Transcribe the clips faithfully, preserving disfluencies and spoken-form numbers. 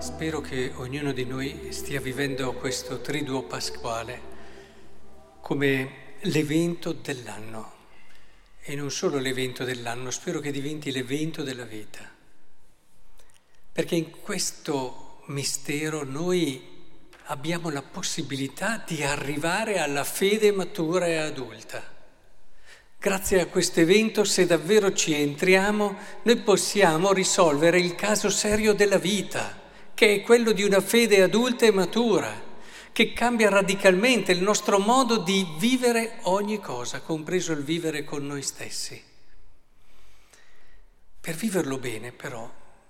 Spero che ognuno di noi stia vivendo questo triduo pasquale come l'evento dell'anno e non solo l'evento dell'anno, spero che diventi l'evento della vita. Perché in questo mistero noi abbiamo la possibilità di arrivare alla fede matura e adulta. Grazie a questo evento, se davvero ci entriamo, noi possiamo risolvere il caso serio della vita, che è quello di una fede adulta e matura, che cambia radicalmente il nostro modo di vivere ogni cosa, compreso il vivere con noi stessi. Per viverlo bene, però,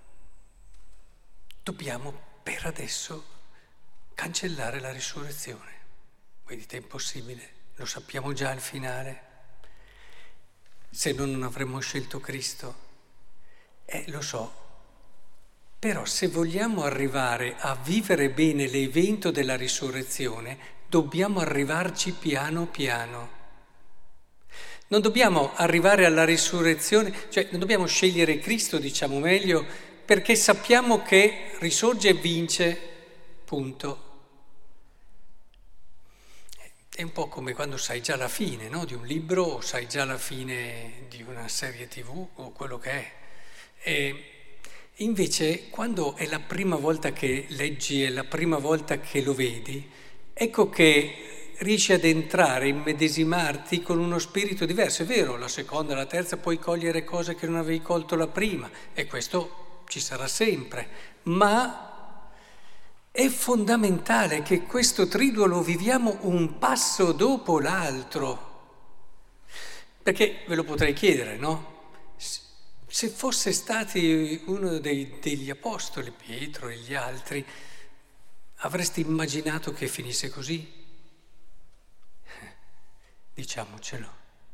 dobbiamo per adesso cancellare la risurrezione. Voi dite, è impossibile, lo sappiamo già al finale. Se no non avremmo scelto Cristo. Eh, lo so. Però se vogliamo arrivare a vivere bene l'evento della risurrezione, dobbiamo arrivarci piano piano. Non dobbiamo arrivare alla risurrezione, cioè non dobbiamo scegliere Cristo, diciamo meglio, perché sappiamo che risorge e vince, punto. È un po' come quando sai già la fine, no? Di un libro o sai già la fine di una serie tivù o quello che è. E invece quando è la prima volta che leggi, è la prima volta che lo vedi, ecco che riesci ad entrare, immedesimarti con uno spirito diverso. È vero, la seconda, la terza puoi cogliere cose che non avevi colto la prima e questo ci sarà sempre, ma è fondamentale che questo triduo lo viviamo un passo dopo l'altro, perché ve lo potrei chiedere, no? Se fosse stati uno dei, degli apostoli, Pietro e gli altri, avresti immaginato che finisse così? Diciamocelo.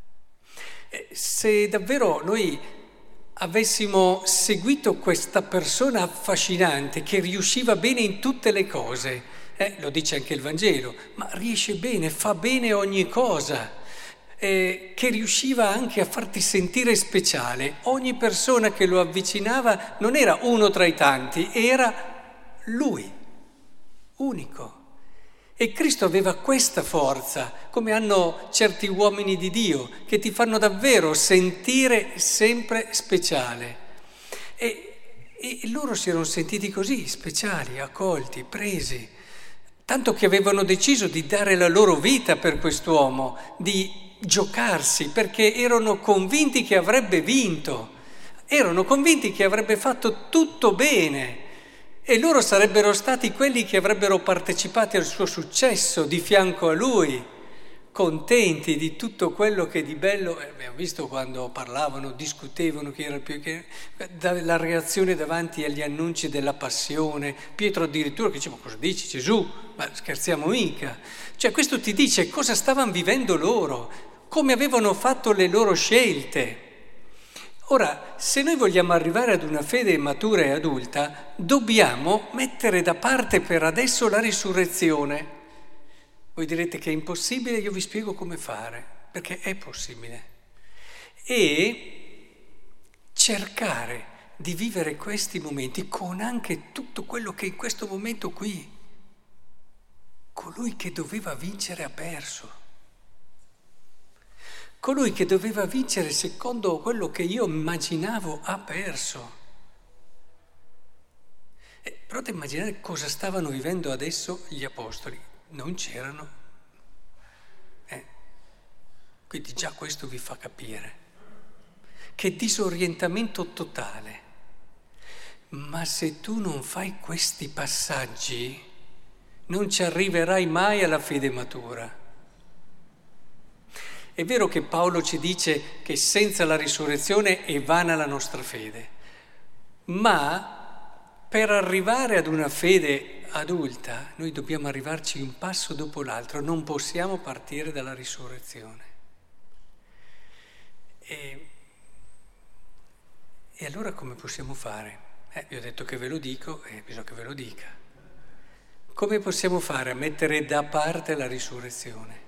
Se davvero noi avessimo seguito questa persona affascinante che riusciva bene in tutte le cose, eh, lo dice anche il Vangelo, ma riesce bene, fa bene ogni cosa, eh, che riusciva anche a farti sentire speciale. Ogni persona che lo avvicinava non era uno tra i tanti, era lui, unico. E Cristo aveva questa forza, come hanno certi uomini di Dio, che ti fanno davvero sentire sempre speciale. E, e loro si erano sentiti così, speciali, accolti, presi, tanto che avevano deciso di dare la loro vita per quest'uomo, di giocarsi, perché erano convinti che avrebbe vinto, erano convinti che avrebbe fatto tutto bene. E loro sarebbero stati quelli che avrebbero partecipato al suo successo di fianco a lui, contenti di tutto quello che di bello, eh, abbiamo visto quando parlavano, discutevano chi era il più, che, la reazione davanti agli annunci della passione, Pietro addirittura che diceva, cosa dici Gesù? Ma scherziamo mica. Cioè questo ti dice cosa stavano vivendo loro, come avevano fatto le loro scelte. Ora, se noi vogliamo arrivare ad una fede matura e adulta, dobbiamo mettere da parte per adesso la risurrezione. Voi direte che è impossibile, io vi spiego come fare, perché è possibile. E cercare di vivere questi momenti con anche tutto quello che in questo momento qui, colui che doveva vincere ha perso. Colui che doveva vincere secondo quello che io immaginavo ha perso. Eh, provate a immaginare cosa stavano vivendo adesso gli apostoli. Non c'erano. Eh. Quindi già questo vi fa capire. Che disorientamento totale. Ma se tu non fai questi passaggi, non ci arriverai mai alla fede matura. È vero che Paolo ci dice che senza la risurrezione è vana la nostra fede, ma per arrivare ad una fede adulta noi dobbiamo arrivarci un passo dopo l'altro, non possiamo partire dalla risurrezione. E, e allora come possiamo fare? Eh, vi ho detto che ve lo dico e bisogna che ve lo dica. Come possiamo fare a mettere da parte la risurrezione?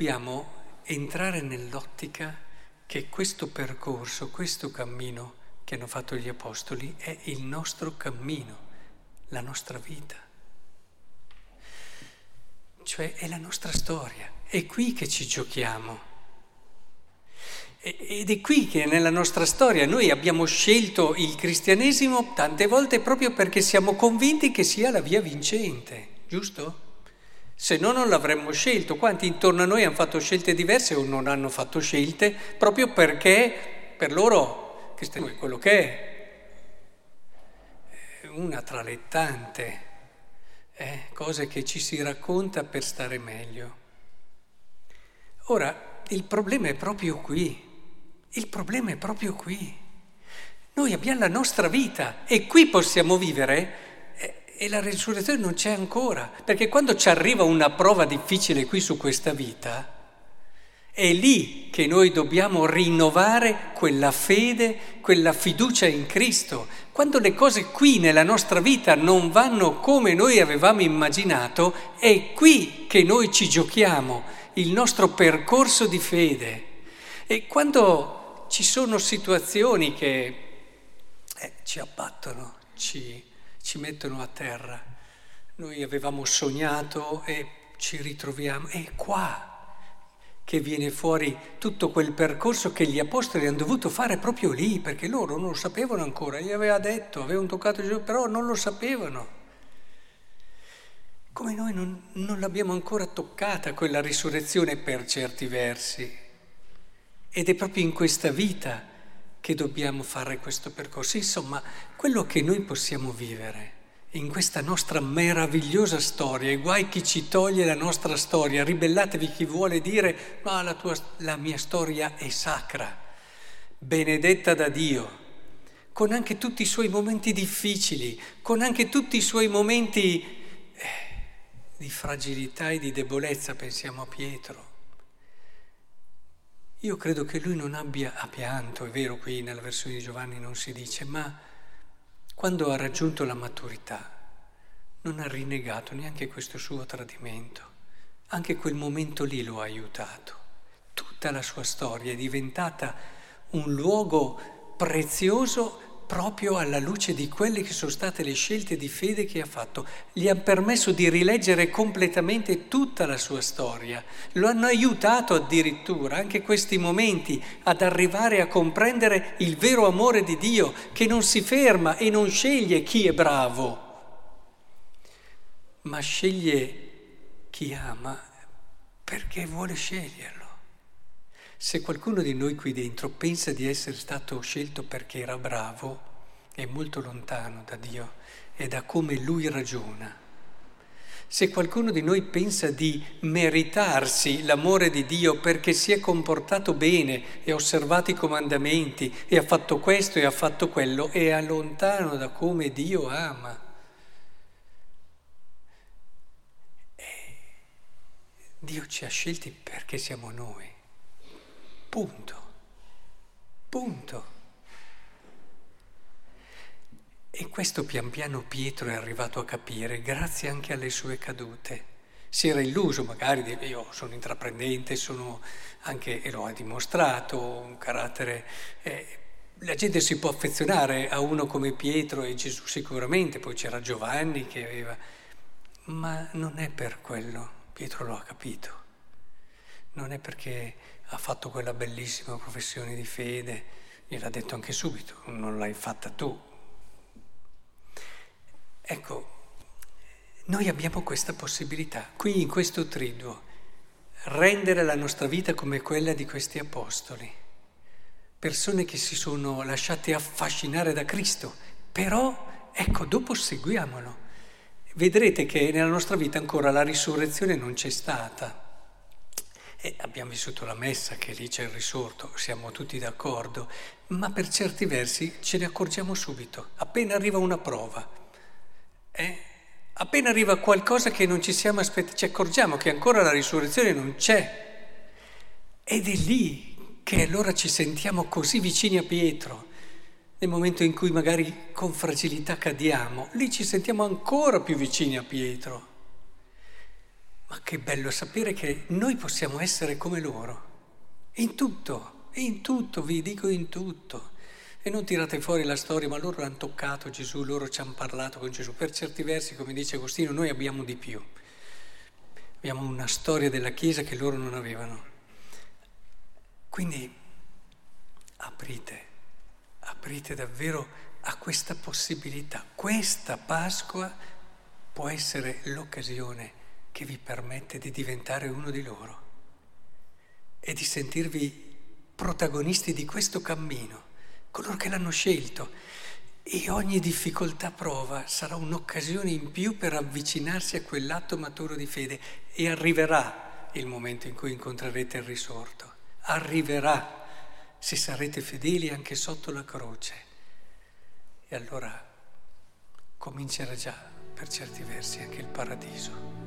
Dobbiamo entrare nell'ottica che questo percorso, questo cammino che hanno fatto gli apostoli, è il nostro cammino, la nostra vita. Cioè è la nostra storia, è qui che ci giochiamo. Ed è qui che nella nostra storia noi abbiamo scelto il cristianesimo tante volte proprio perché siamo convinti che sia la via vincente, giusto? Se no non l'avremmo scelto. Quanti intorno a noi hanno fatto scelte diverse o non hanno fatto scelte proprio perché per loro il cristianesimo è quello che è, una tra le tante eh, cose che ci si racconta per stare meglio. Ora, il problema è proprio qui. Il problema è proprio qui. Noi abbiamo la nostra vita e qui possiamo vivere e, e la risurrezione non c'è ancora. Perché quando ci arriva una prova difficile qui su questa vita, è lì che noi dobbiamo rinnovare quella fede, quella fiducia in Cristo. Quando le cose qui nella nostra vita non vanno come noi avevamo immaginato, è qui che noi ci giochiamo il nostro percorso di fede. E quando ci sono situazioni che eh, ci abbattono, ci, ci mettono a terra. Noi avevamo sognato e ci ritroviamo. È qua che viene fuori tutto quel percorso che gli apostoli hanno dovuto fare proprio lì, perché loro non lo sapevano ancora. Gli aveva detto, avevano toccato Gesù, però non lo sapevano. Come noi non, non l'abbiamo ancora toccata quella risurrezione per certi versi. Ed è proprio in questa vita che dobbiamo fare questo percorso. Insomma, quello che noi possiamo vivere in questa nostra meravigliosa storia, e guai chi ci toglie la nostra storia, ribellatevi chi vuole dire ma la, tua, la mia storia è sacra, benedetta da Dio, con anche tutti i suoi momenti difficili, con anche tutti i suoi momenti eh, di fragilità e di debolezza, pensiamo a Pietro. Io credo che lui non abbia pianto, è vero, qui nella versione di Giovanni non si dice, ma quando ha raggiunto la maturità non ha rinnegato neanche questo suo tradimento. Anche quel momento lì lo ha aiutato. Tutta la sua storia è diventata un luogo prezioso proprio alla luce di quelle che sono state le scelte di fede che ha fatto. Gli ha permesso di rileggere completamente tutta la sua storia. Lo hanno aiutato addirittura, anche questi momenti, ad arrivare a comprendere il vero amore di Dio, che non si ferma e non sceglie chi è bravo, ma sceglie chi ama perché vuole sceglierlo. Se qualcuno di noi qui dentro pensa di essere stato scelto perché era bravo, è molto lontano da Dio e da come Lui ragiona. Se qualcuno di noi pensa di meritarsi l'amore di Dio perché si è comportato bene e ha osservato i comandamenti e ha fatto questo e ha fatto quello, è lontano da come Dio ama. E Dio ci ha scelti perché siamo noi. Punto. Punto. E questo pian piano Pietro è arrivato a capire, grazie anche alle sue cadute. Si era illuso, magari, di, io sono intraprendente, sono anche, e lo ha dimostrato, un carattere... Eh, la gente si può affezionare a uno come Pietro e Gesù sicuramente, poi c'era Giovanni che aveva... Ma non è per quello, Pietro lo ha capito. Non è perché ha fatto quella bellissima professione di fede, gliel'ha detto anche subito, non l'hai fatta tu. Ecco, noi abbiamo questa possibilità, qui in questo triduo, rendere la nostra vita come quella di questi apostoli, persone che si sono lasciate affascinare da Cristo, però, ecco, dopo seguiamolo. Vedrete che nella nostra vita ancora la risurrezione non c'è stata. E abbiamo vissuto la messa, che lì c'è il risorto, siamo tutti d'accordo, ma per certi versi ce ne accorgiamo subito, appena arriva una prova, eh? appena arriva qualcosa che non ci siamo aspettati, ci accorgiamo che ancora la risurrezione non c'è. Ed è lì che allora ci sentiamo così vicini a Pietro, nel momento in cui magari con fragilità cadiamo, lì ci sentiamo ancora più vicini a Pietro. Ma che bello sapere che noi possiamo essere come loro, in tutto, in tutto, vi dico in tutto. E non tirate fuori la storia, ma loro hanno toccato Gesù, loro ci hanno parlato con Gesù. Per certi versi, come dice Agostino, noi abbiamo di più. Abbiamo una storia della Chiesa che loro non avevano. Quindi aprite, aprite davvero a questa possibilità. Questa Pasqua può essere l'occasione che vi permette di diventare uno di loro e di sentirvi protagonisti di questo cammino, coloro che l'hanno scelto. E ogni difficoltà prova sarà un'occasione in più per avvicinarsi a quell'atto maturo di fede, e arriverà il momento in cui incontrerete il risorto. Arriverà, se sarete fedeli anche sotto la croce. E allora comincerà già, per certi versi, anche il paradiso.